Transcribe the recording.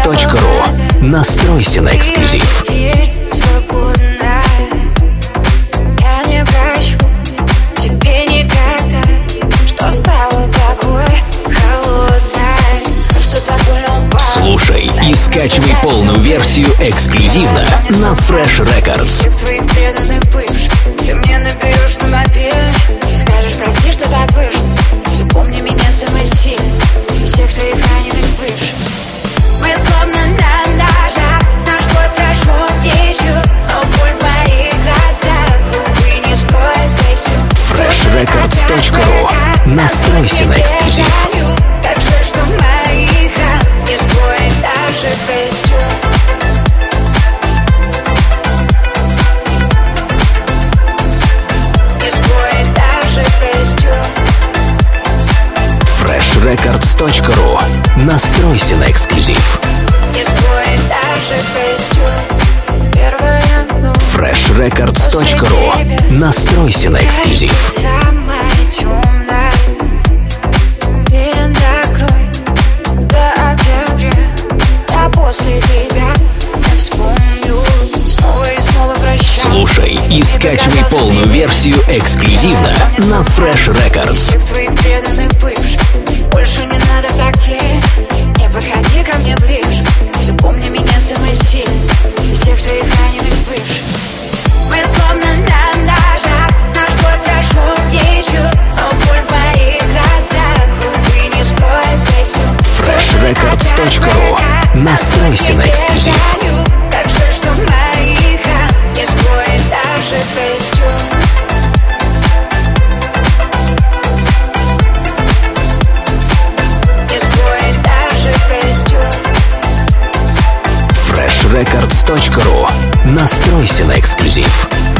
freshrecords.ru. Настройся на эксклюзив. Слушай и скачивай полную версию эксклюзивно на Fresh Records. Всех твоих преданных бывших ты мне наберешь на мобиль. Скажешь прости, что так вышло. Запомни меня самой сильной из всех твоих раненых бывших. Мы словно на ножах, наш бой прошел течью, но боль в моих глазах, увы, не скроет фейстю. freshrecords.ru. Настройся на эксклюзив. Так жаль, что моих не скроет даже фейстю. freshrecords.ru. Настройся на эксклюзив. freshrecords.ru. Настройся на эксклюзив. Слушай и скачивай полную версию эксклюзивно на Fresh Records. Всех твоих преданных бывших больше не надо так терять. Не подходи ко мне ближе. Запомни меня самой сильной из всех твоих раненых бывших. Мы словно на ножах, наш бой прошел течью, но боль в моих глазах, увы, не скроет фейстю. freshrecords.ru. Настройся на эксклюзив. Так жаль, что моих не скроет даже фейстю. freshrecords.ru. Настройся на эксклюзив.